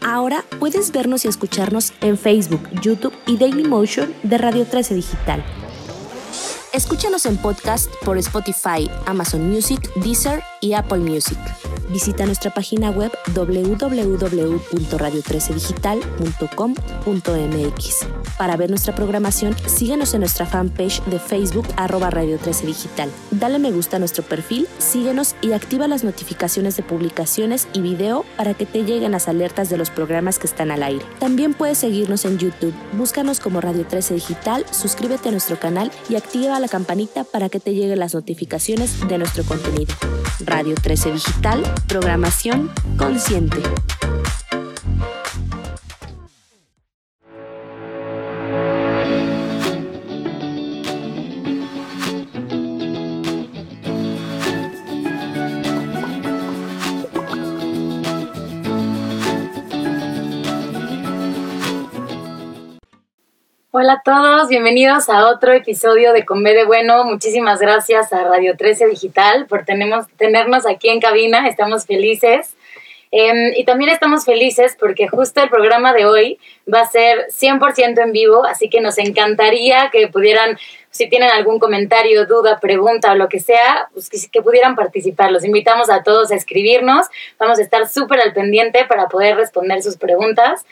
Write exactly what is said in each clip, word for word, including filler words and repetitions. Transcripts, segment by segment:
Ahora puedes vernos y escucharnos en Facebook, YouTube y Dailymotion de Radio trece Digital. Escúchanos en podcast por Spotify, Amazon Music, Deezer y Apple Music. Visita nuestra página web doble u doble u doble u punto radio trece digital punto com punto m x. Para ver nuestra programación, síguenos en nuestra fanpage de Facebook, arroba Radio trece Digital. Dale me gusta a nuestro perfil, síguenos y activa las notificaciones de publicaciones y video para que te lleguen las alertas de los programas que están al aire. También puedes seguirnos en YouTube. Búscanos como Radio trece Digital, suscríbete a nuestro canal y activa la campanita para que te lleguen las notificaciones de nuestro contenido. Radio trece Digital, programación consciente. Hola a todos, bienvenidos a otro episodio de Con B de Bueno. Muchísimas gracias a Radio trece Digital por tenemos, tenernos aquí en cabina, estamos felices. Eh, y también estamos felices porque justo el programa de hoy va a ser cien por ciento en vivo, así que nos encantaría que pudieran, si tienen algún comentario, duda, pregunta o lo que sea, pues que, que pudieran participar. Los invitamos a todos a escribirnos, vamos a estar súper al pendiente para poder responder sus preguntas.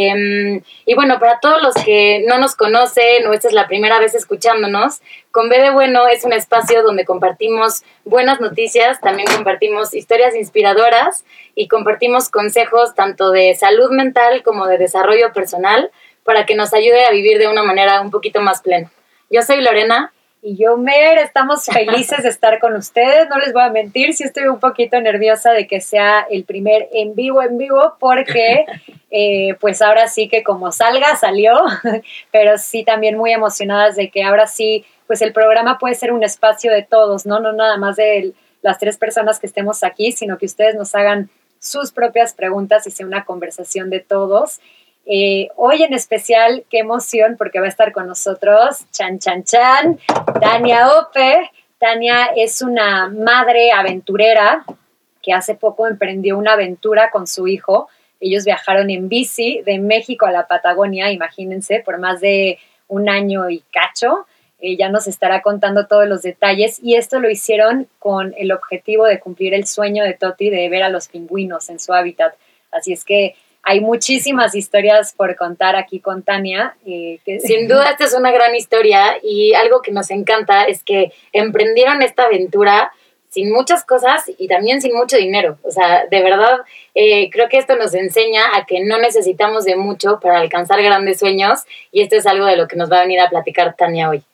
Eh, y bueno, para todos los que no nos conocen o esta es la primera vez escuchándonos, Con B de Bueno es un espacio donde compartimos buenas noticias, también compartimos historias inspiradoras y compartimos consejos tanto de salud mental como de desarrollo personal para que nos ayude a vivir de una manera un poquito más plena. Yo soy Lorena. Y yo, Mer, estamos felices de estar con ustedes. No les voy a mentir, sí estoy un poquito nerviosa de que sea el primer en vivo, en vivo, porque eh, pues ahora sí que como salga, salió, pero sí también muy emocionadas de que ahora sí, pues el programa puede ser un espacio de todos, ¿no? No nada más de las tres personas que estemos aquí, sino que ustedes nos hagan sus propias preguntas y sea una conversación de todos. Eh, hoy en especial, qué emoción, porque va a estar con nosotros, chan, chan, chan, Tania Ope. Tania es una madre aventurera que hace poco emprendió una aventura con su hijo. Ellos viajaron en bici de México a la Patagonia, imagínense, por más de un año y cacho. Ella nos estará contando todos los detalles y esto lo hicieron con el objetivo de cumplir el sueño de Toti de ver a los pingüinos en su hábitat. Así es que hay muchísimas historias por contar aquí con Tania. Eh, que... Sin duda esta es una gran historia y algo que nos encanta es que emprendieron esta aventura sin muchas cosas y también sin mucho dinero. O sea, de verdad, eh, creo que esto nos enseña a que no necesitamos de mucho para alcanzar grandes sueños y esto es algo de lo que nos va a venir a platicar Tania hoy.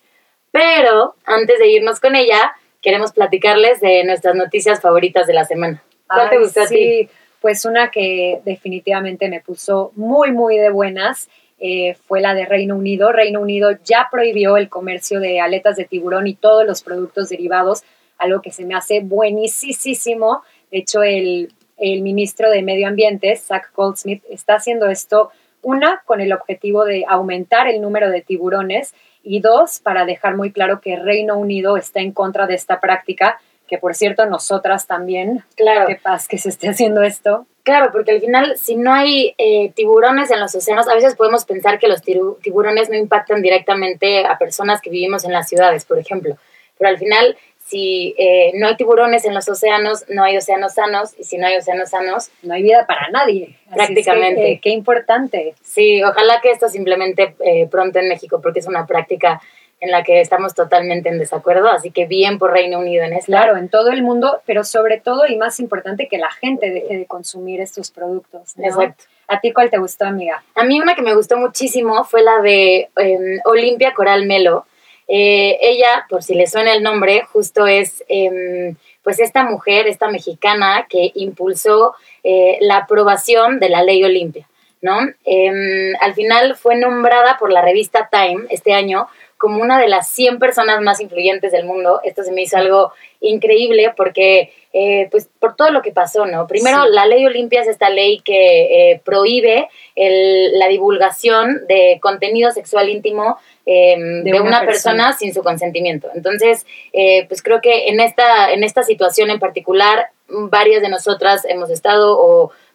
Pero antes de irnos con ella, queremos platicarles de nuestras noticias favoritas de la semana. ¿Cuál Ay, te gustó sí. a ti? Pues una que definitivamente me puso muy, muy de buenas eh, fue la de Reino Unido. Reino Unido ya prohibió el comercio de aletas de tiburón y todos los productos derivados, algo que se me hace buenísimo. De hecho, el, el ministro de Medio Ambiente, Zach Goldsmith, está haciendo esto, una, con el objetivo de aumentar el número de tiburones y dos, para dejar muy claro que Reino Unido está en contra de esta práctica, que por cierto nosotras también, claro. Qué paz que se esté haciendo esto. Claro, porque al final si no hay eh, tiburones en los océanos, a veces podemos pensar que los tiburones no impactan directamente a personas que vivimos en las ciudades, por ejemplo, pero al final si eh, no hay tiburones en los océanos, no hay océanos sanos, y si no hay océanos sanos, no hay vida para nadie. Prácticamente. Así es que, eh, qué importante. Sí, ojalá que esto se implemente eh, pronto en México, porque es una práctica en la que estamos totalmente en desacuerdo, así que bien por Reino Unido en esto. Claro, en todo el mundo, pero sobre todo y más importante que la gente deje de consumir estos productos, ¿no? Exacto. ¿A ti cuál te gustó, amiga? A mí una que me gustó muchísimo fue la de eh, Olimpia Coral Melo. Eh, ella, por si le suena el nombre, justo es eh, pues esta mujer, esta mexicana que impulsó eh, la aprobación de la ley Olimpia, ¿no? Eh, al final fue nombrada por la revista Time este año como una de las cien personas más influyentes del mundo. Esto se me hizo algo increíble porque, eh, pues, por todo lo que pasó, ¿no? Primero, sí. La ley Olimpia es esta ley que eh, prohíbe el, la divulgación de contenido sexual íntimo eh, de, de una, una persona. persona sin su consentimiento. Entonces, eh, pues creo que en esta, en esta situación en particular, varias de nosotras hemos estado o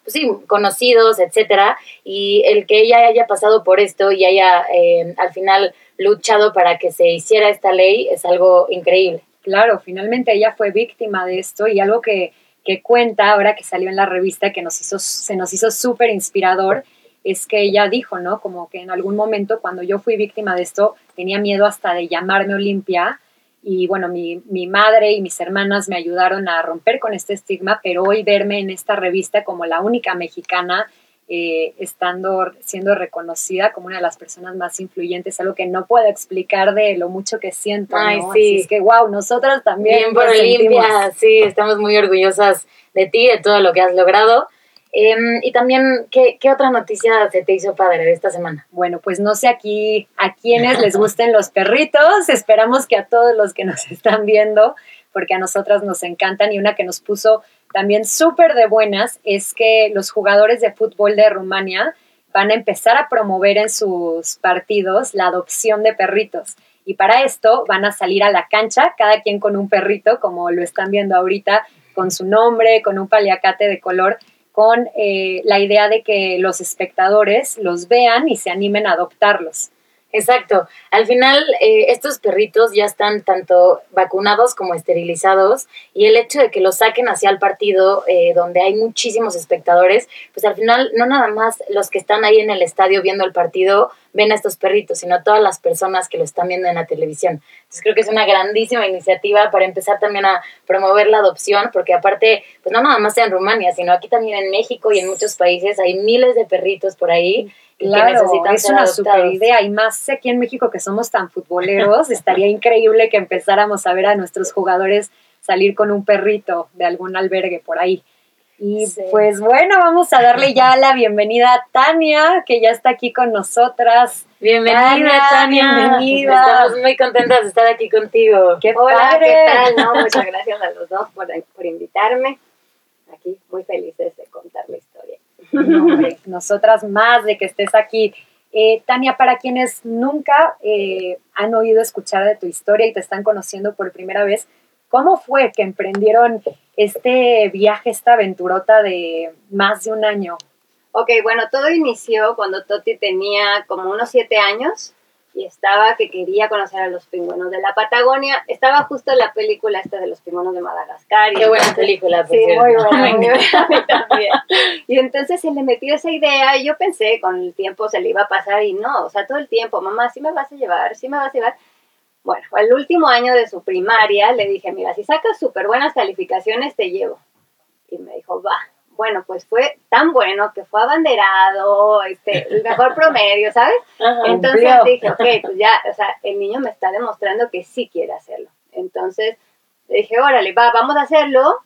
pues sí, conocidos, etcétera, y el que ella haya pasado por esto y haya eh, al final luchado para que se hiciera esta ley es algo increíble. Claro, finalmente ella fue víctima de esto y algo que, que cuenta ahora que salió en la revista que nos hizo, se nos hizo súper inspirador es que ella dijo, ¿no? Como que en algún momento cuando yo fui víctima de esto tenía miedo hasta de llamarme Olimpia y bueno, mi, mi madre y mis hermanas me ayudaron a romper con este estigma, pero hoy verme en esta revista como la única mexicana eh, estando, siendo reconocida como una de las personas más influyentes, algo que no puedo explicar de lo mucho que siento, Ay, ¿no? sí. Así es que, wow, nosotras también Bien por nos Olimpia, sentimos. sí, estamos muy orgullosas de ti, de todo lo que has logrado. Eh, y también, ¿qué, ¿qué otra noticia se te hizo padre de esta semana? Bueno, pues no sé aquí a quienes les gusten los perritos, esperamos que a todos los que nos están viendo, porque a nosotras nos encantan, y una que nos puso también súper de buenas es que los jugadores de fútbol de Rumania van a empezar a promover en sus partidos la adopción de perritos. Y para esto van a salir a la cancha, cada quien con un perrito, como lo están viendo ahorita, con su nombre, con un paliacate de color, con eh, la idea de que los espectadores los vean y se animen a adoptarlos. Exacto. Al final, eh, estos perritos ya están tanto vacunados como esterilizados y el hecho de que los saquen hacia el partido eh, donde hay muchísimos espectadores, pues al final no nada más los que están ahí en el estadio viendo el partido ven a estos perritos, sino todas las personas que lo están viendo en la televisión. Entonces creo que es una grandísima iniciativa para empezar también a promover la adopción, porque aparte, pues no nada más en Rumania, sino aquí también en México y en muchos países hay miles de perritos por ahí. Claro, que necesitan es una super idea, y más aquí en México que somos tan futboleros, estaría increíble que empezáramos a ver a nuestros jugadores salir con un perrito de algún albergue por ahí. Y sí. Pues bueno, vamos a darle ya la bienvenida a Tania, que ya está aquí con nosotras. Bienvenida, Tania. Tania. Bienvenida. Estamos muy contentas de estar aquí contigo. ¡Qué Hola, padre! ¿Qué tal? No, muchas gracias a los dos por, por invitarme. Aquí muy felices de contar la historia. No, hombre, nosotras más de que estés aquí. Eh, Tania, para quienes nunca eh, han oído escuchar de tu historia y te están conociendo por primera vez, ¿cómo fue que emprendieron este viaje, esta aventurota de más de un año? Ok, bueno, todo inició cuando Toti tenía como unos siete años y estaba que quería conocer a los pingüinos de la Patagonia. Estaba justo la película esta de los pingüinos de Madagascar. Y Qué buena entonces, película, por sí, cierto. muy buena, muy buena también. Y entonces se le metió esa idea y yo pensé con el tiempo se le iba a pasar y no, o sea, todo el tiempo, mamá, ¿sí me vas a llevar? ¿Sí me vas a llevar? Bueno, el último año de su primaria le dije, mira, si sacas súper buenas calificaciones te llevo. Y me dijo, va. Bueno, pues fue tan bueno que fue abanderado, este, el mejor promedio, ¿sabes? Ajá, Entonces cumplió. dije, ok, pues ya, o sea, el niño me está demostrando que sí quiere hacerlo. Entonces le dije, órale, va, vamos a hacerlo.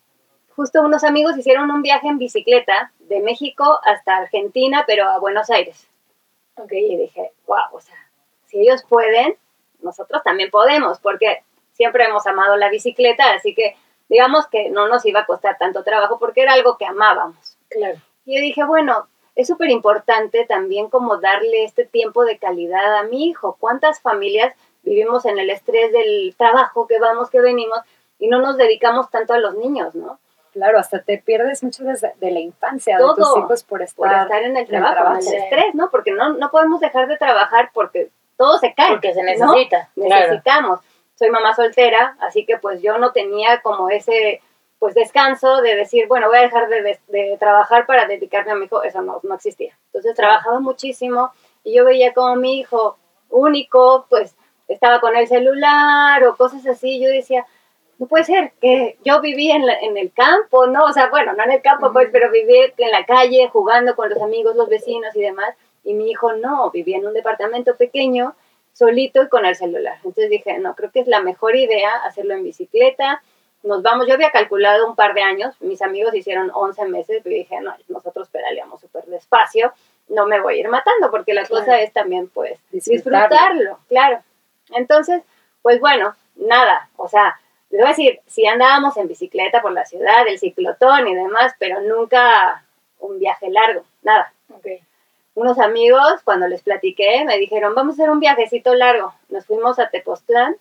Justo unos amigos hicieron un viaje en bicicleta de México hasta Argentina, pero a Buenos Aires. Ok, y dije, wow, o sea, si ellos pueden, nosotros también podemos, porque siempre hemos amado la bicicleta, así que digamos que no nos iba a costar tanto trabajo porque era algo que amábamos. Claro. Y yo dije, bueno, es súper importante también como darle este tiempo de calidad a mi hijo. ¿Cuántas familias vivimos en el estrés del trabajo, que vamos, que venimos, y no nos dedicamos tanto a los niños, ¿no? Claro, hasta te pierdes mucho desde de la infancia Todo, de tus hijos por estar, por estar en el trabajo, en el, trabajo. En el estrés, ¿no? Porque no, no podemos dejar de trabajar porque todo se cae. Porque se necesita. ¿No? Claro. Necesitamos. Soy mamá soltera, así que pues yo no tenía como ese pues descanso de decir, bueno, voy a dejar de, de, de trabajar para dedicarme a mi hijo. Eso no, no existía. Entonces trabajaba muchísimo y yo veía como mi hijo único, pues estaba con el celular o cosas así. Yo decía, no puede ser que yo viví en, la, en el campo, ¿no? O sea, bueno, no en el campo, uh-huh. pues, pero viví en la calle jugando con los amigos, los vecinos y demás. Y mi hijo no, vivía en un departamento pequeño, solito y con el celular. Entonces dije, no, creo que es la mejor idea hacerlo en bicicleta. Nos vamos, yo había calculado un par de años, mis amigos hicieron once meses, pero dije, no, nosotros pedaleamos súper despacio, no me voy a ir matando, porque la claro. cosa es también, pues, disfrutarlo. disfrutarlo, claro. Entonces, pues bueno, nada, o sea, les voy a decir, sí andábamos en bicicleta por la ciudad, el ciclotón y demás, pero nunca un viaje largo, nada. Okay. Unos amigos, cuando les platiqué, me dijeron, vamos a hacer un viajecito largo. Nos fuimos a Tepoztlán.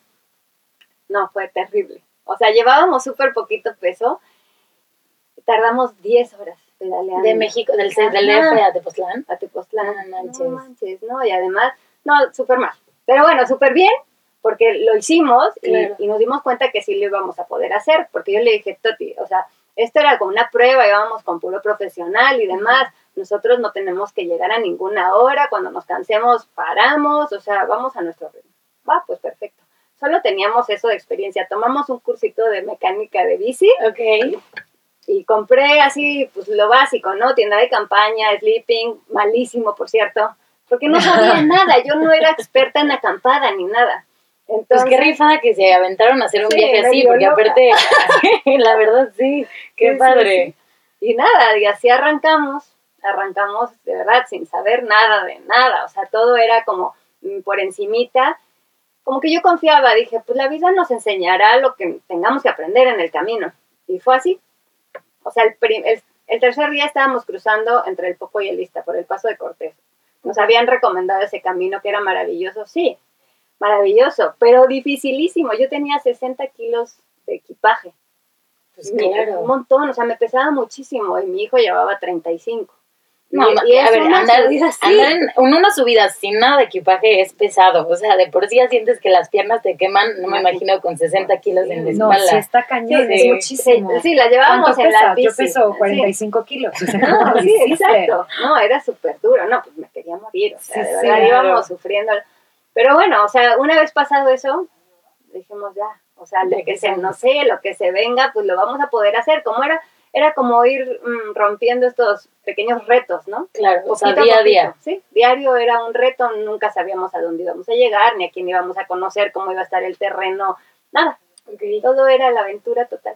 No, fue terrible. O sea, llevábamos súper poquito peso. Tardamos diez horas. pedaleando. De México, del, del D F a Tepoztlán. A Tepoztlán. No manches. No manches, no, y además, no, súper mal. Pero bueno, súper bien, porque lo hicimos Claro. y, y nos dimos cuenta que sí lo íbamos a poder hacer, porque yo le dije, Toti, o sea, esto era como una prueba, íbamos con puro profesional y demás, uh-huh. Nosotros no tenemos que llegar a ninguna hora, cuando nos cansemos paramos, o sea, vamos a nuestro ritmo. Va, pues perfecto. Solo teníamos eso de experiencia, tomamos un cursito de mecánica de bici. Ok. Y compré así, pues lo básico, ¿no? Tienda de campaña, sleeping, malísimo, por cierto, porque no sabía nada, yo no era experta en acampada ni nada. Entonces, pues qué rifada que se aventaron a hacer un sí, viaje así, porque loca. Aparte, la verdad sí, qué sí, padre. Sí, sí. Y nada, y así arrancamos, arrancamos de verdad sin saber nada de nada, o sea, todo era como por encimita, como que yo confiaba, dije, pues la vida nos enseñará lo que tengamos que aprender en el camino, y fue así. O sea, el, prim- el, el tercer día estábamos cruzando entre el Popo y el Ista, por el Paso de Cortés. Nos habían recomendado ese camino que era maravilloso, sí, maravilloso, pero dificilísimo. Yo tenía sesenta kilos de equipaje. Pues claro. Un montón, o sea, me pesaba muchísimo y mi hijo llevaba treinta y cinco. No, y, y a ver, andar, andar en, en una subida sin nada de equipaje es pesado, o sea, de por sí ya sientes que las piernas te queman, no me imagino con sesenta kilos sí, en la espalda. No, sí está cañón, sí, es sí, muchísimo. Sí, sí, la llevábamos en la bici. Yo peso cuarenta y cinco sí. kilos. O sea, no, sí, exacto. No, era súper duro, no, pues me quería morir, o sea, sí, de verdad sí, íbamos claro. sufriendo. Pero bueno, o sea, una vez pasado eso, dijimos ya, o sea, lo que se, no sé, lo que se venga, pues lo vamos a poder hacer, como era... Era como ir mmm, rompiendo estos pequeños retos, ¿no? Claro, poquito o sea, día a, a día. Sí, diario era un reto, nunca sabíamos a dónde íbamos a llegar, ni a quién íbamos a conocer, cómo iba a estar el terreno, nada. Okay. Todo era la aventura total.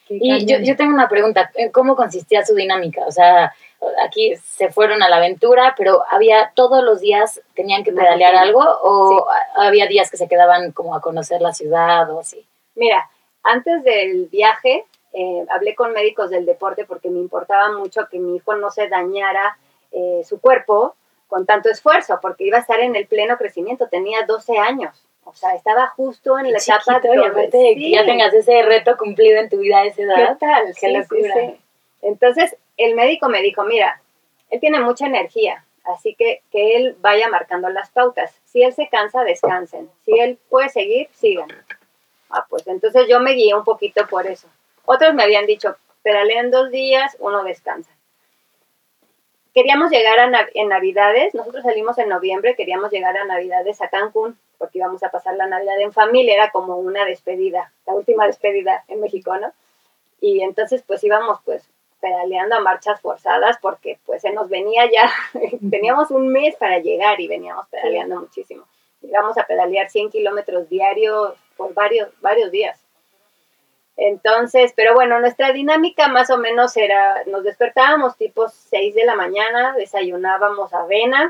Y yo, yo tengo una pregunta, ¿cómo consistía su dinámica? O sea, aquí se fueron a la aventura, pero ¿había todos los días tenían que pedalear no, algo o sí. había días que se quedaban como a conocer la ciudad o así? Mira, antes del viaje... Eh, hablé con médicos del deporte porque me importaba mucho que mi hijo no se dañara eh, su cuerpo con tanto esfuerzo, porque iba a estar en el pleno crecimiento, tenía doce años, o sea, estaba justo en Qué la chiquito, etapa de que sí. ya tengas ese reto cumplido en tu vida a esa edad. ¿Qué tal? Qué sí, locura. Sí, sí. Entonces, el médico me dijo, mira, él tiene mucha energía, así que que él vaya marcando las pautas. Si él se cansa, descansen. Si él puede seguir, sigan. Ah, pues entonces yo me guié un poquito por eso. Otros me habían dicho, pedalean dos días, uno descansa. Queríamos llegar a Nav- en Navidades, nosotros salimos en noviembre, queríamos llegar a Navidades a Cancún, porque íbamos a pasar la Navidad en familia, era como una despedida, la última despedida en México, ¿no? Y entonces pues íbamos pues pedaleando a marchas forzadas, porque pues se nos venía ya, teníamos un mes para llegar y veníamos pedaleando sí. muchísimo. Llegamos a pedalear cien kilómetros diarios por varios, varios días. Entonces, pero bueno, nuestra dinámica más o menos era, nos despertábamos tipo seis de la mañana, desayunábamos avena,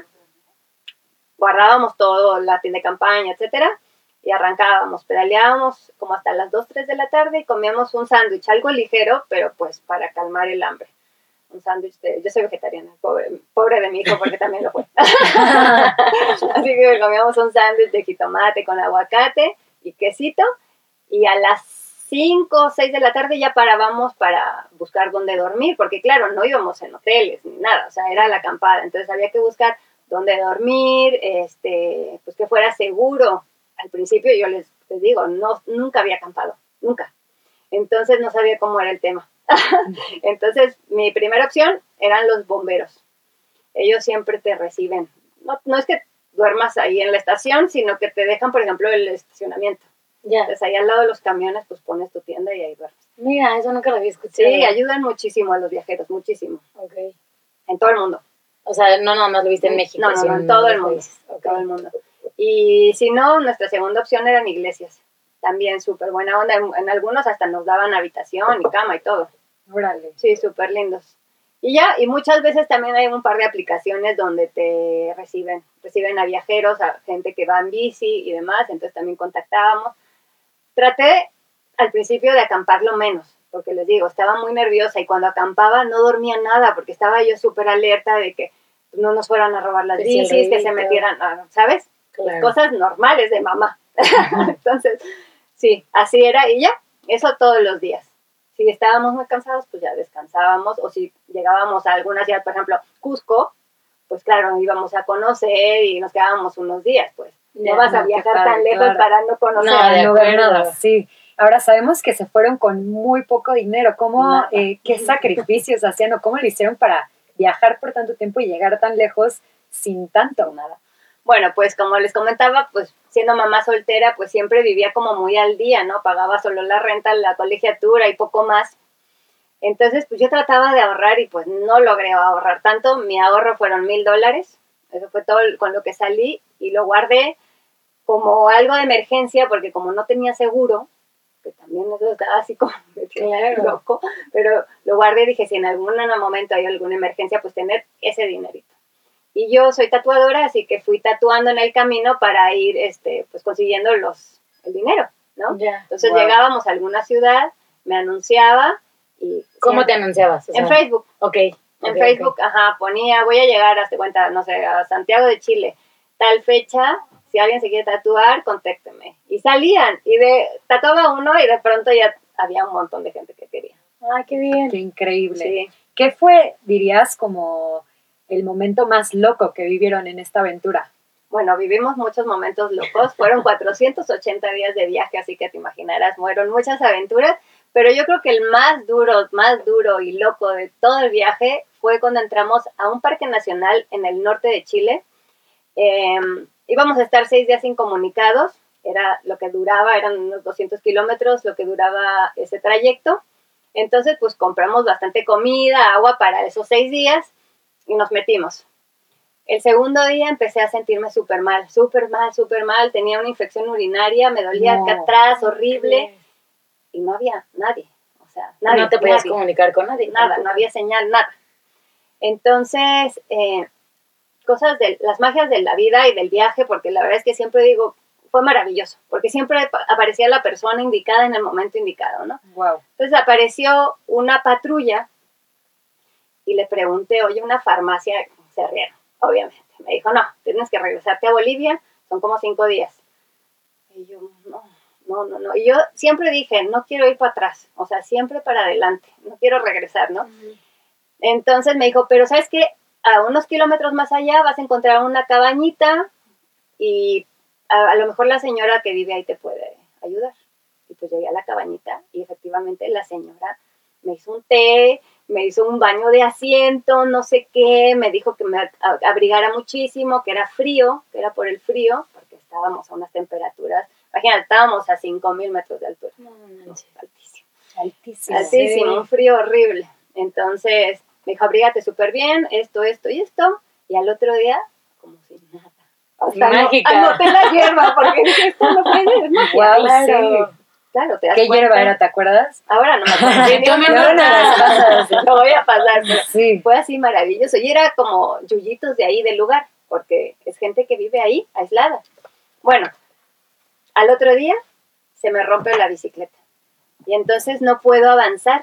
guardábamos todo, la tienda de campaña, etcétera, y arrancábamos, pedaleábamos como hasta las dos, tres de la tarde y comíamos un sándwich, algo ligero, pero pues para calmar el hambre. Un sándwich de, yo soy vegetariana, pobre, pobre de mi hijo porque también lo fue. Así que comíamos un sándwich de jitomate con aguacate y quesito, y a las cinco o seis de la tarde ya parábamos para buscar dónde dormir, porque claro, no íbamos en hoteles ni nada, o sea, era la acampada, entonces había que buscar dónde dormir, este, pues que fuera seguro. Al principio yo les, les digo, no, nunca había acampado, nunca. Entonces no sabía cómo era el tema. Entonces mi primera opción eran los bomberos. Ellos siempre te reciben. No, no es que duermas ahí en la estación, sino que te dejan, por ejemplo, el estacionamiento. Ya. Entonces ahí al lado de los camiones pues pones tu tienda y ahí duermes. Mira, eso nunca lo había escuchado. Sí, ayudan muchísimo a los viajeros, muchísimo. Okay. En todo el mundo. O sea, no nada más lo viste en México. No, no, no, en todo el mundo. Okay. Todo el mundo. Y si no, nuestra segunda opción eran iglesias. También súper buena onda. En, en algunos hasta nos daban habitación y cama y todo. Órale. Sí, súper lindos. Y ya, y muchas veces también hay un par de aplicaciones donde te reciben, reciben a viajeros, a gente que va en bici y demás, entonces también contactábamos. Traté al principio de acampar lo menos, porque les digo, estaba muy nerviosa y cuando acampaba no dormía nada, porque estaba yo súper alerta de que no nos fueran a robar las bicis, sí, que se metieran, ¿sabes? Claro. Las cosas normales de mamá. Entonces, sí, así era y ya, eso todos los días. si estábamos muy cansados, pues ya descansábamos, o si llegábamos a alguna ciudad, por ejemplo, Cusco, pues claro, íbamos a conocer y nos quedábamos unos días, pues. No vas a viajar padre, tan lejos claro. para no conocer. No, de no ver acuerdo. nada, sí. Ahora sabemos que se fueron con muy poco dinero. ¿Cómo, eh, qué sacrificios hacían o cómo lo hicieron para viajar por tanto tiempo y llegar tan lejos sin tanto? Nada. Bueno, pues como les comentaba, pues siendo mamá soltera, pues siempre vivía como muy al día, ¿no? Pagaba solo la renta, la colegiatura y poco más. Entonces, pues yo trataba de ahorrar y pues no logré ahorrar tanto. Mi ahorro fueron mil dólares. Eso fue todo con lo que salí y lo guardé como algo de emergencia porque como no tenía seguro, que también eso estaba así como Claro. loco, pero lo guardé y dije, si en algún momento hay alguna emergencia, pues tener ese dinerito. Y yo soy tatuadora, así que fui tatuando en el camino para ir este, pues consiguiendo los, el dinero, ¿no? Ya. Entonces Wow. llegábamos a alguna ciudad, me anunciaba y... ¿Cómo siempre- te anunciabas? O sea, En Facebook. Ok. En ok, Facebook, ok. ajá, ponía, voy a llegar, hasta cuenta, no sé, a Santiago de Chile, tal fecha, si alguien se quiere tatuar, contácteme. Y salían, y de tatuaba uno y de pronto ya había un montón de gente que quería. Ay, qué bien. Qué increíble. Sí. ¿Qué fue, dirías, como el momento más loco que vivieron en esta aventura? Bueno, vivimos muchos momentos locos, fueron cuatrocientos ochenta días de viaje, así que te imaginarás, fueron muchas aventuras, pero yo creo que el más duro, más duro y loco de todo el viaje fue cuando entramos a un parque nacional en el norte de Chile. Eh, íbamos a estar seis días incomunicados, era lo que duraba, eran unos doscientos kilómetros, lo que duraba ese trayecto. Entonces, pues compramos bastante comida, agua para esos seis días y nos metimos. El segundo día empecé a sentirme súper mal, súper mal, súper mal. Tenía una infección urinaria, me dolía No. acá atrás, horrible, y no había nadie. O sea, nadie, No te podías nadie. comunicar con nadie. Nada, tampoco. no había señal, nada. Entonces, eh, cosas de las magias de la vida y del viaje, porque la verdad es que siempre digo, fue maravilloso, porque siempre aparecía la persona indicada en el momento indicado, ¿no? Wow. Entonces apareció una patrulla y le pregunté, oye, una farmacia, se rieron, obviamente. Me dijo, no, tienes que regresarte a Bolivia, son como cinco días. Y yo, no, no, no, no. Y yo siempre dije, no quiero ir para atrás, o sea, siempre para adelante, no quiero regresar, ¿no? Uh-huh. Entonces me dijo, pero ¿sabes qué? A unos kilómetros más allá vas a encontrar una cabañita y a, a lo mejor la señora que vive ahí te puede ayudar. Y pues llegué a la cabañita y efectivamente la señora me hizo un té, me hizo un baño de asiento, no sé qué, me dijo que me abrigara muchísimo, que era frío, que era por el frío, porque estábamos a unas temperaturas, imagínate, estábamos a cinco mil metros de altura. No, no, no. Altísimo. Altísimo. Altísimo, Sí. un frío horrible. Entonces me dijo, abrígate súper bien, esto, esto y esto, y al otro día, como si nada. O sea, Mágica. No, anoté la hierba, porque dije, esto no puede ser magia. Wow, Claro. sí. Claro, te das ¿Qué cuenta. hierba era, te acuerdas? Ahora no me acuerdo. Sí, tú me No, no, mandas. Lo voy a pasar, pero Sí. fue así maravilloso. Y era como yuyitos de ahí del lugar, porque es gente que vive ahí, aislada. Bueno, al otro día se me rompe la bicicleta. Y entonces no puedo avanzar.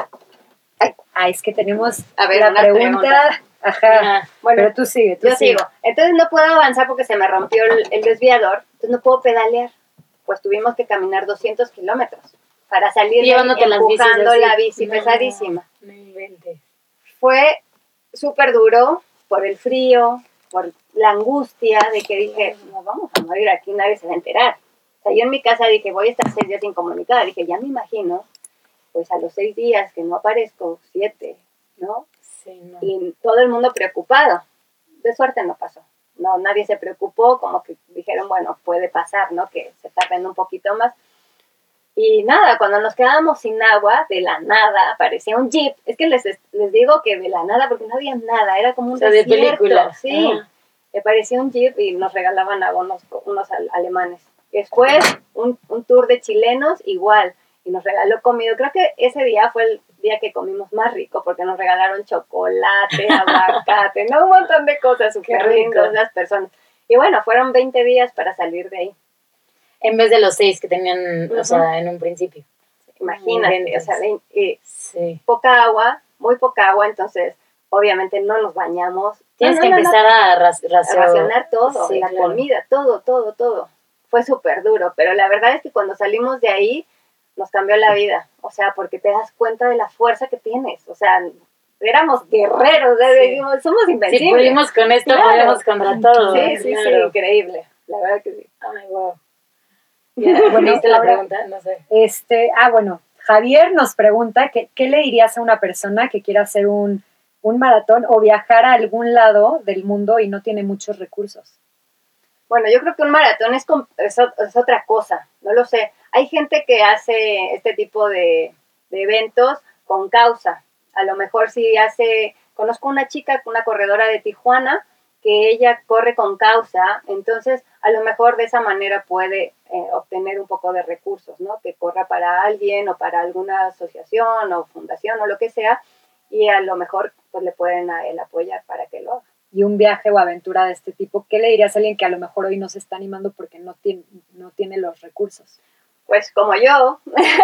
Ah, es que tenemos A ver, la una pregunta. pregunta. Ajá. Ajá. Bueno, Pero tú sigue, tú yo sigue. sigo. Entonces no puedo avanzar porque se me rompió el, el desviador. Entonces no puedo pedalear. Pues tuvimos que caminar doscientos kilómetros para salir Llevándote las bicis empujando así. la bici No, pesadísima. No inventes. Fue súper duro por el frío, por la angustia de que dije, no vamos a morir aquí, nadie se va a enterar. O sea, yo en mi casa dije, voy a estar seis días incomunicada. Dije, ya me imagino, pues a los seis días que no aparezco, siete, ¿no? Sí, no. Y todo el mundo preocupado. De suerte no pasó. No, nadie se preocupó, como que dijeron, bueno, puede pasar, ¿no? Que se tarden un poquito más. Y nada, cuando nos quedábamos sin agua, de la nada, aparecía un jeep. Es que les, les digo que de la nada, porque no había nada, era como un O sea, de desierto. película. Sí, Ajá. aparecía un jeep y nos regalaban agua unos, unos alemanes. Después, un, un tour de chilenos, igual, y nos regaló comida. Creo que ese día fue el día que comimos más rico, porque nos regalaron chocolate, aguacate, no, un montón de cosas súper lindas las personas. Y bueno, fueron veinte días para salir de ahí. En vez de los seis que tenían, Uh-huh. o sea, en un principio. Imagínate, o sea, de, y sí. poca agua, muy poca agua, entonces obviamente no nos bañamos. Tienes no, que no, empezar no, a, ras- a rasio- racionar todo, Sí, la claro. comida, todo, todo, todo. Fue súper duro, pero la verdad es que cuando salimos de ahí nos cambió la vida, o sea, porque te das cuenta de la fuerza que tienes, o sea, éramos guerreros, sí. Decimos, somos invencibles. Si pudimos con esto, claro. Podemos contra todo. Sí, sí, claro. Sí, increíble, la verdad que sí. Ay, wow. Ya, bueno, ¿viste la pregunta? No sé. Este, ah, bueno, Javier nos pregunta que, ¿qué le dirías a una persona que quiera hacer un, un maratón o viajar a algún lado del mundo y no tiene muchos recursos? Bueno, yo creo que un maratón es, es, es otra cosa, no lo sé. Hay gente que hace este tipo de, de eventos con causa. A lo mejor si hace, conozco una chica, una corredora de Tijuana, que ella corre con causa, entonces a lo mejor de esa manera puede eh, obtener un poco de recursos, ¿no? Que corra para alguien o para alguna asociación o fundación o lo que sea, y a lo mejor pues le pueden a él apoyar para que lo haga. Y un viaje o aventura de este tipo, ¿qué le dirías a alguien que a lo mejor hoy no se está animando porque no tiene, no tiene los recursos? Pues como yo,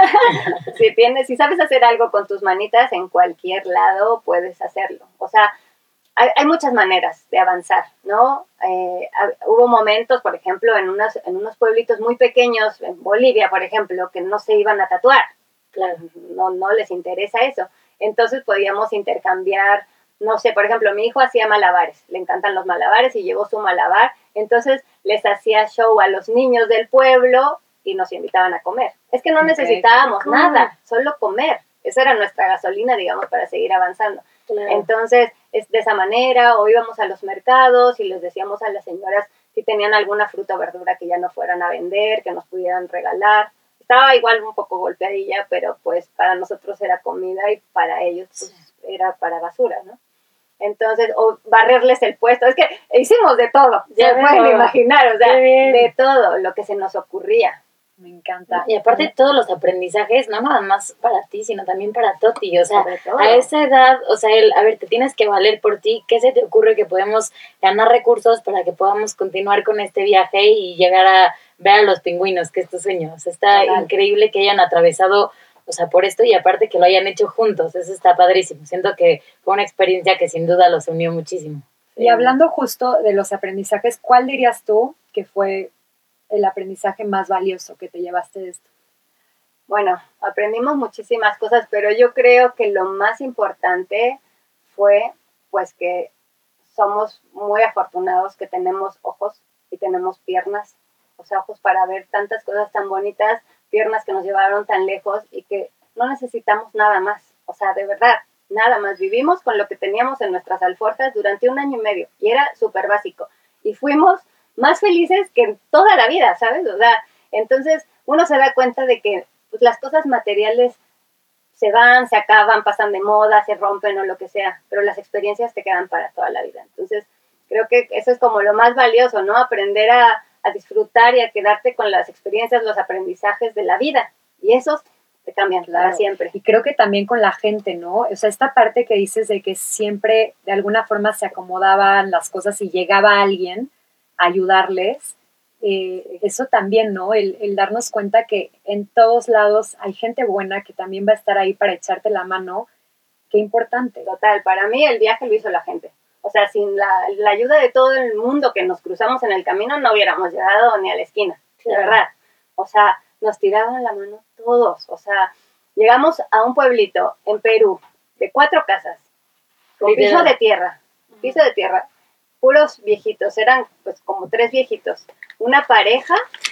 si tienes, si sabes hacer algo con tus manitas, en cualquier lado puedes hacerlo. O sea, hay, hay muchas maneras de avanzar, ¿no? Eh, hubo momentos, por ejemplo, en, unas, en unos pueblitos muy pequeños, en Bolivia, por ejemplo, que no se iban a tatuar. Claro, no, no les interesa eso. Entonces podíamos intercambiar, no sé, por ejemplo, mi hijo hacía malabares, le encantan los malabares y llevó su malabar, entonces les hacía show a los niños del pueblo y nos invitaban a comer. Es que no okay. necesitábamos nada, solo comer. Esa era nuestra gasolina, digamos, para seguir avanzando. Claro. Entonces, es de esa manera, o íbamos a los mercados y les decíamos a las señoras si tenían alguna fruta o verdura que ya no fueran a vender, que nos pudieran regalar. Estaba igual un poco golpeadilla, pero pues para nosotros era comida y para ellos pues, era para basura, ¿no? Entonces, o barrerles el puesto. Es que hicimos de todo, ya se pueden imaginar, o sea, de todo lo que se nos ocurría. Me encanta. Y aparte todos los aprendizajes, no nada más para ti, sino también para Toti, o sea, a esa edad, o sea, el, a ver, te tienes que valer por ti, ¿qué se te ocurre que podemos ganar recursos para que podamos continuar con este viaje y llegar a ver a los pingüinos, que es tu sueño? O sea, está Total. Increíble que hayan atravesado, o sea, por esto y aparte que lo hayan hecho juntos, eso está padrísimo, siento que fue una experiencia que sin duda los unió muchísimo. Y hablando justo de los aprendizajes, ¿cuál dirías tú que fue el aprendizaje más valioso que te llevaste de esto? Bueno, aprendimos muchísimas cosas, pero yo creo que lo más importante fue pues que somos muy afortunados que tenemos ojos y tenemos piernas, o sea, ojos para ver tantas cosas tan bonitas, piernas que nos llevaron tan lejos y que no necesitamos nada más, o sea, de verdad, nada más. Vivimos con lo que teníamos en nuestras alforjas durante un año y medio y era súper básico y fuimos más felices que en toda la vida, ¿sabes? O sea, entonces uno se da cuenta de que pues, las cosas materiales se van, se acaban, pasan de moda, se rompen o lo que sea, pero las experiencias te quedan para toda la vida. Entonces, creo que eso es como lo más valioso, ¿no? Aprender a, a disfrutar y a quedarte con las experiencias, los aprendizajes de la vida. Y esos te cambian claro. para siempre. Y creo que también con la gente, ¿no? O sea, esta parte que dices de que siempre de alguna forma se acomodaban las cosas y llegaba alguien ayudarles, eh, eso también, ¿no? El, el darnos cuenta que en todos lados hay gente buena que también va a estar ahí para echarte la mano, qué importante. Total, para mí el viaje lo hizo la gente. O sea, sin la, la ayuda de todo el mundo que nos cruzamos en el camino, no hubiéramos llegado ni a la esquina, de verdad. O sea, nos tiraban la mano todos. O sea, llegamos a un pueblito en Perú, de cuatro casas, con piso de tierra, piso de tierra, puros viejitos, eran pues como tres viejitos, una pareja,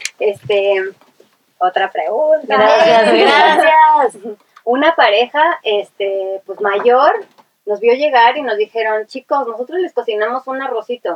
este, otra pregunta. Gracias, gracias. Una pareja, este, pues mayor, nos vio llegar y nos dijeron, chicos, nosotros les cocinamos un arrocito.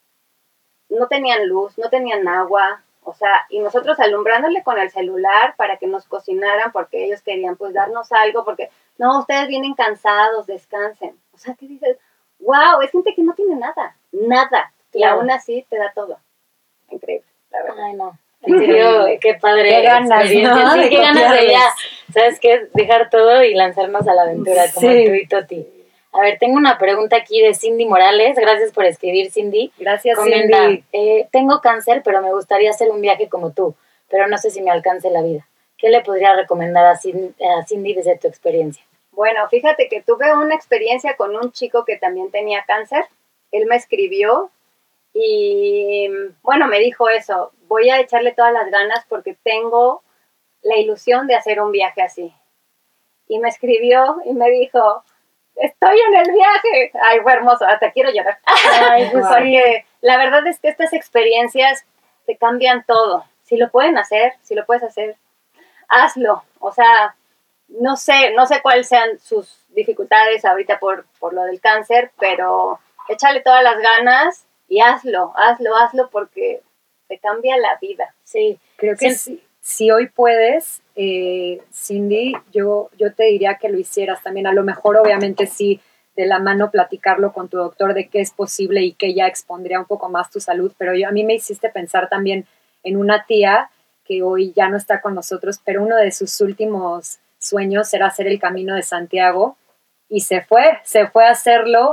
No tenían luz, no tenían agua, o sea, y nosotros alumbrándole con el celular para que nos cocinaran porque ellos querían pues darnos algo, porque no, ustedes vienen cansados, descansen. O sea, ¿qué dices? Wow, es gente que no tiene nada, nada, y claro. aún así te da todo. Increíble, la verdad. Ay, no. En serio, qué padre. Qué ganas, ¿no? Sí, qué ganas de ya, ¿sabes qué? Dejar todo y lanzarnos a la aventura, como sí. tú y Toti. A ver, tengo una pregunta aquí de Cindy Morales. Gracias por escribir, Cindy. Gracias, Comenta, Cindy. Eh, tengo cáncer, pero me gustaría hacer un viaje como tú, pero no sé si me alcance la vida. ¿Qué le podría recomendar a Cindy, a Cindy desde tu experiencia? Bueno, fíjate que tuve una experiencia con un chico que también tenía cáncer. Él me escribió y, bueno, me dijo eso. Voy a echarle todas las ganas porque tengo la ilusión de hacer un viaje así. Y me escribió y me dijo, estoy en el viaje. Ay, fue hermoso, hasta quiero llorar. Ay, pues porque la verdad es que estas experiencias te cambian todo. Si lo pueden hacer, si lo puedes hacer, hazlo. O sea, no sé, no sé cuáles sean sus dificultades ahorita por, por lo del cáncer, pero échale todas las ganas y hazlo, hazlo, hazlo porque te cambia la vida. Sí, creo que sí. Si, si hoy puedes, eh, Cindy, yo, yo te diría que lo hicieras también. A lo mejor, obviamente, sí, de la mano platicarlo con tu doctor de qué es posible y que ya expondría un poco más tu salud, pero yo, a mí me hiciste pensar también en una tía que hoy ya no está con nosotros, pero uno de sus últimos sueños era hacer el Camino de Santiago y se fue, se fue a hacerlo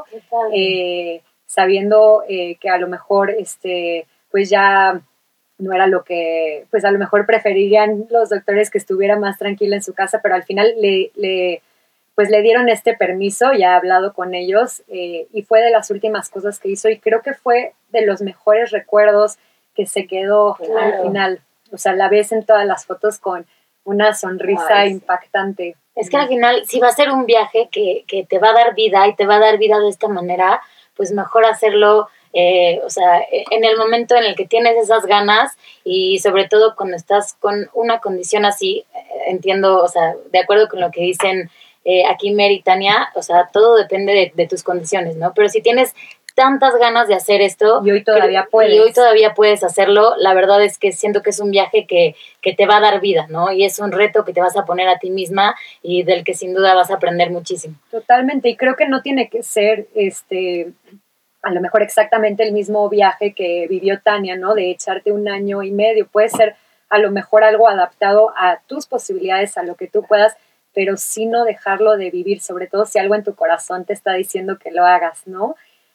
eh, sabiendo eh, que a lo mejor este, pues ya no era lo que, pues a lo mejor preferirían los doctores que estuviera más tranquila en su casa, pero al final le, le pues le dieron este permiso, ya he hablado con ellos eh, y fue de las últimas cosas que hizo y creo que fue de los mejores recuerdos que se quedó claro. Al final. O sea, la ves en todas las fotos con una sonrisa Ay, impactante. Es que al final, si va a ser un viaje que, que te va a dar vida y te va a dar vida de esta manera, pues mejor hacerlo, eh, o sea, en el momento en el que tienes esas ganas y sobre todo cuando estás con una condición así, entiendo, o sea, de acuerdo con lo que dicen eh, aquí Mer y Tania, o sea, todo depende de, de tus condiciones, ¿no? Pero si tienes tantas ganas de hacer esto y hoy todavía que, puedes y hoy todavía puedes hacerlo, la verdad es que siento que es un viaje que, que te va a dar vida, ¿no? Y es un reto que te vas a poner a ti misma y del que sin duda vas a aprender muchísimo. Totalmente, y creo que no tiene que ser este a lo mejor exactamente el mismo viaje que vivió Tania, ¿no? De echarte un año y medio, puede ser a lo mejor algo adaptado a tus posibilidades, a lo que tú puedas, pero sí no dejarlo de vivir, sobre todo si algo en tu corazón te está diciendo que lo hagas, ¿no?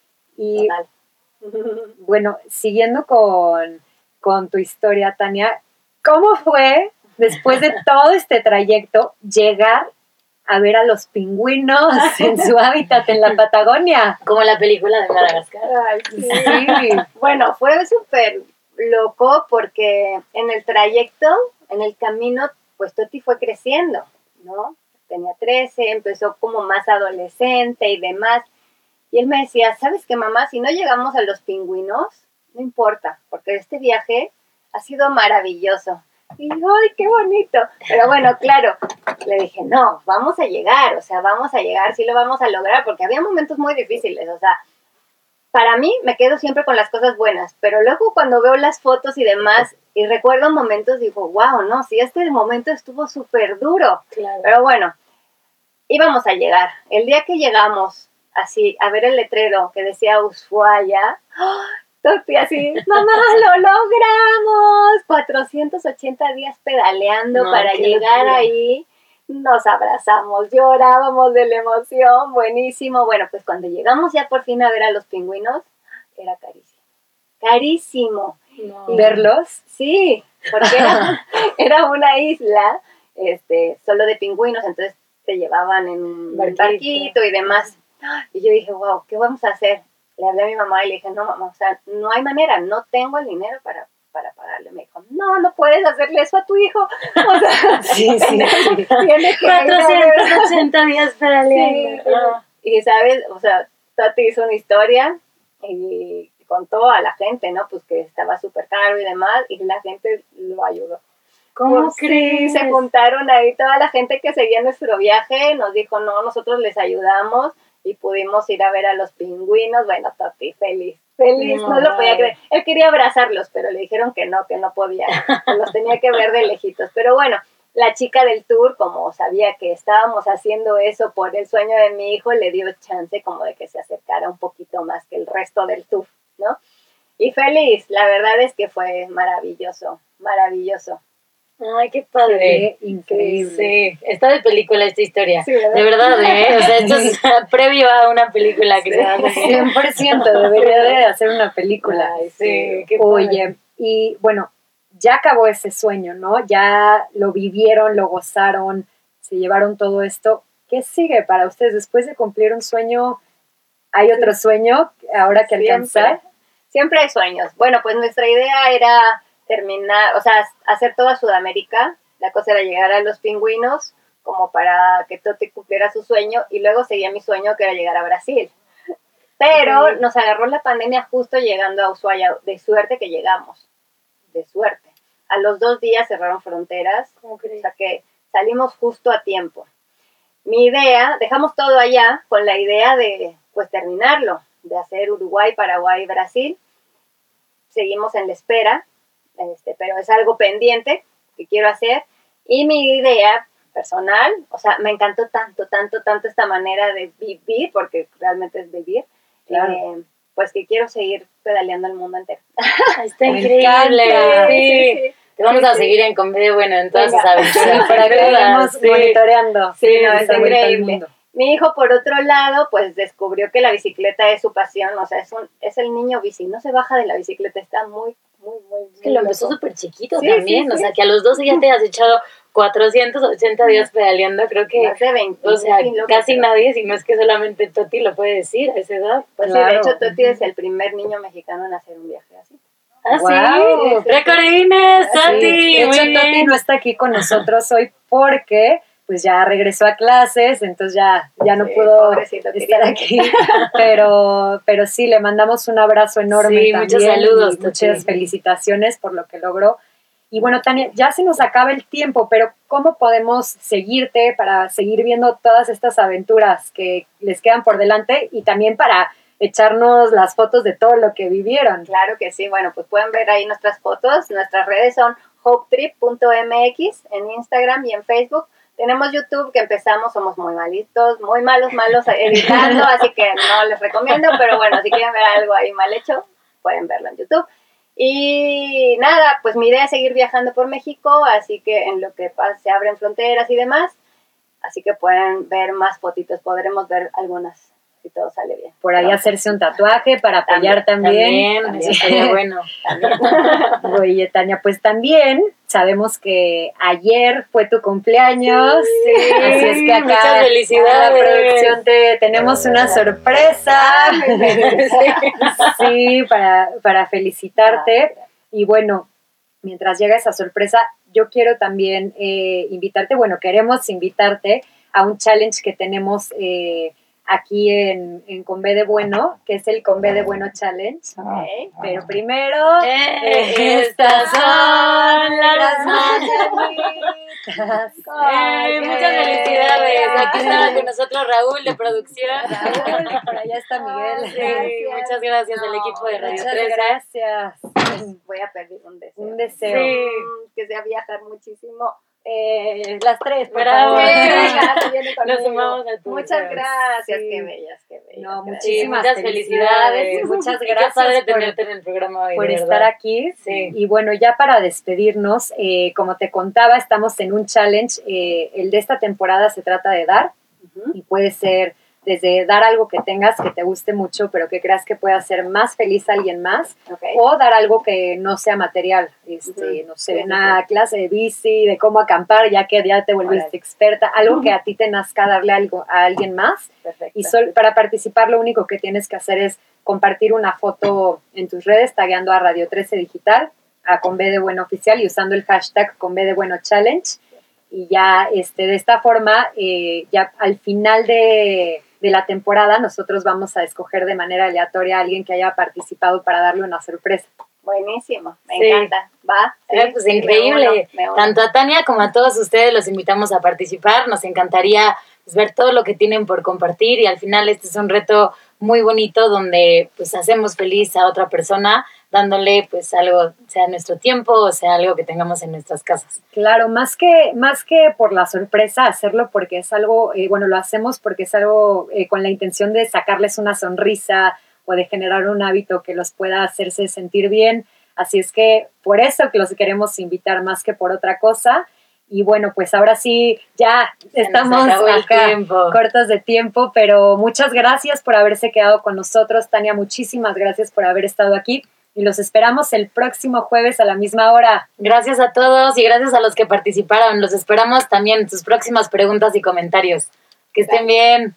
Y bueno, siguiendo con, con tu historia, Tania, ¿cómo fue después de todo este trayecto llegar a ver a los pingüinos en su hábitat en la Patagonia? Como la película de Madagascar. Ay, sí. Sí. Bueno, fue súper loco porque en el trayecto, en el camino, pues Toti fue creciendo, ¿no? Tenía trece, empezó como más adolescente y demás. Y él me decía, ¿sabes qué, mamá? Si no llegamos a los pingüinos, no importa, porque este viaje ha sido maravilloso. Y yo, ¡ay, qué bonito! Pero bueno, claro, le dije, no, vamos a llegar, o sea, vamos a llegar, sí lo vamos a lograr, porque había momentos muy difíciles, o sea, para mí me quedo siempre con las cosas buenas, pero luego cuando veo las fotos y demás, y recuerdo momentos, digo, wow, no, sí, este momento estuvo súper duro. Claro. Pero bueno, íbamos a llegar. El día que llegamos, así, a ver el letrero que decía Ushuaia, ¡oh! Toti así, mamá, lo logramos, cuatrocientos ochenta días pedaleando no, para llegar locura. Ahí, nos abrazamos, llorábamos de la emoción, buenísimo. Bueno, pues cuando llegamos ya por fin a ver a los pingüinos, era carísimo, carísimo. No. ¿Y verlos? Sí, porque era, era una isla este, solo de pingüinos, entonces te llevaban en un barquito. barquito y demás. Y yo dije, wow, ¿qué vamos a hacer? Le hablé a mi mamá y le dije, no, mamá, o sea, no hay manera, no tengo el dinero para, para pagarle. Me dijo, no, no puedes hacerle eso a tu hijo. O sea, sí, sí, sí. Tiene que cuatrocientos ochenta días pedaleando. Sí, ah. Y, ¿sabes? O sea, Tati hizo una historia y contó a la gente, ¿no? Pues que estaba súper caro y demás, y la gente lo ayudó. ¿Cómo pues, crees? Sí, se juntaron ahí toda la gente que seguía nuestro viaje, nos dijo, no, nosotros les ayudamos, y pudimos ir a ver a los pingüinos. Bueno, Toti, feliz, feliz, no, no lo podía creer. Él quería abrazarlos, pero le dijeron que no, que no podía, que los tenía que ver de lejitos. Pero bueno, la chica del tour, como sabía que estábamos haciendo eso por el sueño de mi hijo, le dio chance como de que se acercara un poquito más que el resto del tour, ¿no? Y feliz, la verdad es que fue maravilloso, maravilloso. Ay, qué padre. Sí, increíble. Sí, está de película esta historia. Sí, ¿verdad? De verdad, ¿eh? O sea, esto es previo a una película que sí. se va a hacer. cien por ciento debería de hacer una película. Ay, sí, qué Oye, padre. y bueno, ya acabó ese sueño, ¿no? Ya lo vivieron, lo gozaron, se llevaron todo esto. ¿Qué sigue para ustedes? Después de cumplir un sueño, ¿hay otro sueño ahora que alcanzar? Siempre, siempre hay sueños. Bueno, pues nuestra idea era terminar, o sea, hacer toda Sudamérica La cosa era llegar a los Pingüinos como para que Toti cumpliera su sueño y luego seguía mi sueño que era llegar a Brasil. Pero sí, nos agarró la pandemia justo llegando a Ushuaia, de suerte que llegamos, de suerte. A los dos días cerraron fronteras, o sea que salimos justo a tiempo. Mi idea, dejamos todo allá con la idea de pues terminarlo, de hacer Uruguay, Paraguay, Brasil. Seguimos en la espera, este, pero es algo pendiente que quiero hacer. Y mi idea personal, o sea, me encantó tanto, tanto, tanto esta manera de vivir, porque realmente es vivir, claro. eh, pues que quiero seguir pedaleando el mundo entero. Está increíble. Sí, sí. Te vamos sí, a seguir sí. en Con B de Bueno en todas sus aventuras. Para que vayamos sí. monitoreando. Sí, sí, no, es increíble. Mi hijo, por otro lado, pues descubrió que la bicicleta es su pasión, o sea, es un es el niño bici, no se baja de la bicicleta, está muy, muy, muy... Es que lo empezó súper chiquito sí, también, sí, sí. o sea, que a los doce ya te has echado cuatrocientos ochenta días pedaleando, creo que... Más de veinte. O sea, casi nadie, si no es que solamente Toti lo puede decir a esa edad. Pues claro. Sí, de hecho, Toti es el primer niño mexicano en hacer un viaje así. Ah, wow. sí, sí. ¡Recordines, Toti! Sí. De hecho, Toti no está aquí con nosotros hoy porque... pues ya regresó a clases, entonces ya, ya no sí, pudo estar querido. aquí, pero, pero sí, le mandamos un abrazo enorme sí, también, muchos saludos, muchas sí. felicitaciones por lo que logró. Y bueno, Tania, ya se nos acaba el tiempo, pero ¿cómo podemos seguirte para seguir viendo todas estas aventuras que les quedan por delante y también para echarnos las fotos de todo lo que vivieron? Claro que sí, bueno, pues pueden ver ahí nuestras fotos, nuestras redes son hopetrip punto m x en Instagram y en Facebook. Tenemos YouTube que empezamos, somos muy malitos, muy malos, malos editando, así que no les recomiendo, pero bueno, si quieren ver algo ahí mal hecho, pueden verlo en YouTube. Y nada, pues mi idea es seguir viajando por México, así que en lo que se abren fronteras y demás, así que pueden ver más fotitos, podremos ver algunas si todo sale bien. Por ahí ¿no? hacerse un tatuaje para apoyar también. También, también. Eso sería bueno. Oye, Tania, pues también sabemos que ayer fue tu cumpleaños. Sí, así es que acá muchas felicidades. La producción te tenemos una sorpresa. Sí, para, para felicitarte. Y bueno, mientras llega esa sorpresa, yo quiero también eh, invitarte, bueno, queremos invitarte a un challenge que tenemos eh, aquí en, en Con B de Bueno, que es el Con B de Bueno Challenge. Okay. Pero primero, eh, estas son las mañanitas. Eh, muchas felicidades. Aquí está con nosotros Raúl de producción. Raúl, y por allá está Miguel. Sí, gracias. Muchas gracias no, al equipo de Radio muchas trece. Gracias. Voy a pedir un deseo. Un deseo. Sí. Que sea viajar muchísimo. Eh, las tres, por Bravo. favor. Sí, nos sumamos a tu muchas deseo. gracias, Sí. qué bellas, qué bellas. No, gracias. muchísimas sí, muchas felicidades. felicidades. Muchas Qué gracias padre por, tenerte en el programa hoy, por de estar verdad. aquí. Sí. Y bueno, ya para despedirnos, eh, como te contaba, estamos en un challenge. Eh, el de esta temporada se trata de dar, uh-huh. y puede ser desde dar algo que tengas que te guste mucho, pero que creas que pueda hacer más feliz a alguien más, okay. o dar algo que no sea material, este, uh-huh. no sé, sí, una sí. clase de bici, de cómo acampar, ya que ya te volviste right. experta, algo uh-huh. que a ti te nazca darle algo a alguien más. Perfecto. Y sol, para participar lo único que tienes que hacer es compartir una foto en tus redes, tagueando a Radio trece Digital, a Con B de Bueno Oficial y usando el hashtag Con B de Bueno Challenge. Y ya este, de esta forma, eh, ya al final de... de la temporada, nosotros vamos a escoger de manera aleatoria a alguien que haya participado para darle una sorpresa. Buenísimo, me sí. encanta. Va. Sí, pues sí, increíble. Me uno, me uno. Tanto a Tania como a todos ustedes los invitamos a participar. Nos encantaría pues, ver todo lo que tienen por compartir y al final este es un reto muy bonito donde pues hacemos feliz a otra persona dándole pues algo, sea nuestro tiempo o sea algo que tengamos en nuestras casas. Claro, más que, más que por la sorpresa, hacerlo porque es algo, eh, bueno, lo hacemos porque es algo eh, con la intención de sacarles una sonrisa o de generar un hábito que los pueda hacerse sentir bien. Así es que por eso que los queremos invitar más que por otra cosa. Y bueno, pues ahora sí, ya Se estamos acá cortos de tiempo, pero muchas gracias por haberse quedado con nosotros. Tania, muchísimas gracias por haber estado aquí y los esperamos el próximo jueves a la misma hora. Gracias a todos y gracias a los que participaron. Los esperamos también en sus próximas preguntas y comentarios. Que estén bien.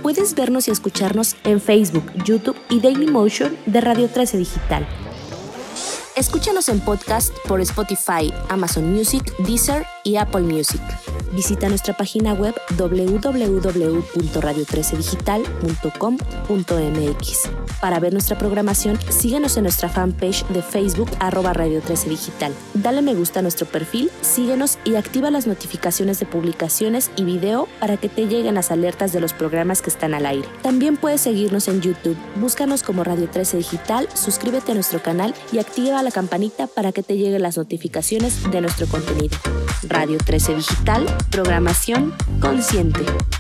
Puedes vernos y escucharnos en Facebook, YouTube y Dailymotion de Radio trece Digital. Escúchanos en podcast por Spotify, Amazon Music, Deezer y Apple Music. Visita nuestra página web doble u doble u doble u punto radio trece digital punto com punto m x. Para ver nuestra programación, síguenos en nuestra fanpage de Facebook arroba Radio trece Digital. Dale me gusta a nuestro perfil, síguenos y activa las notificaciones de publicaciones y video para que te lleguen las alertas de los programas que están al aire. También puedes seguirnos en YouTube. Búscanos como Radio trece Digital, suscríbete a nuestro canal y activa la campanita para que te lleguen las notificaciones de nuestro contenido. Radio trece Digital, programación consciente.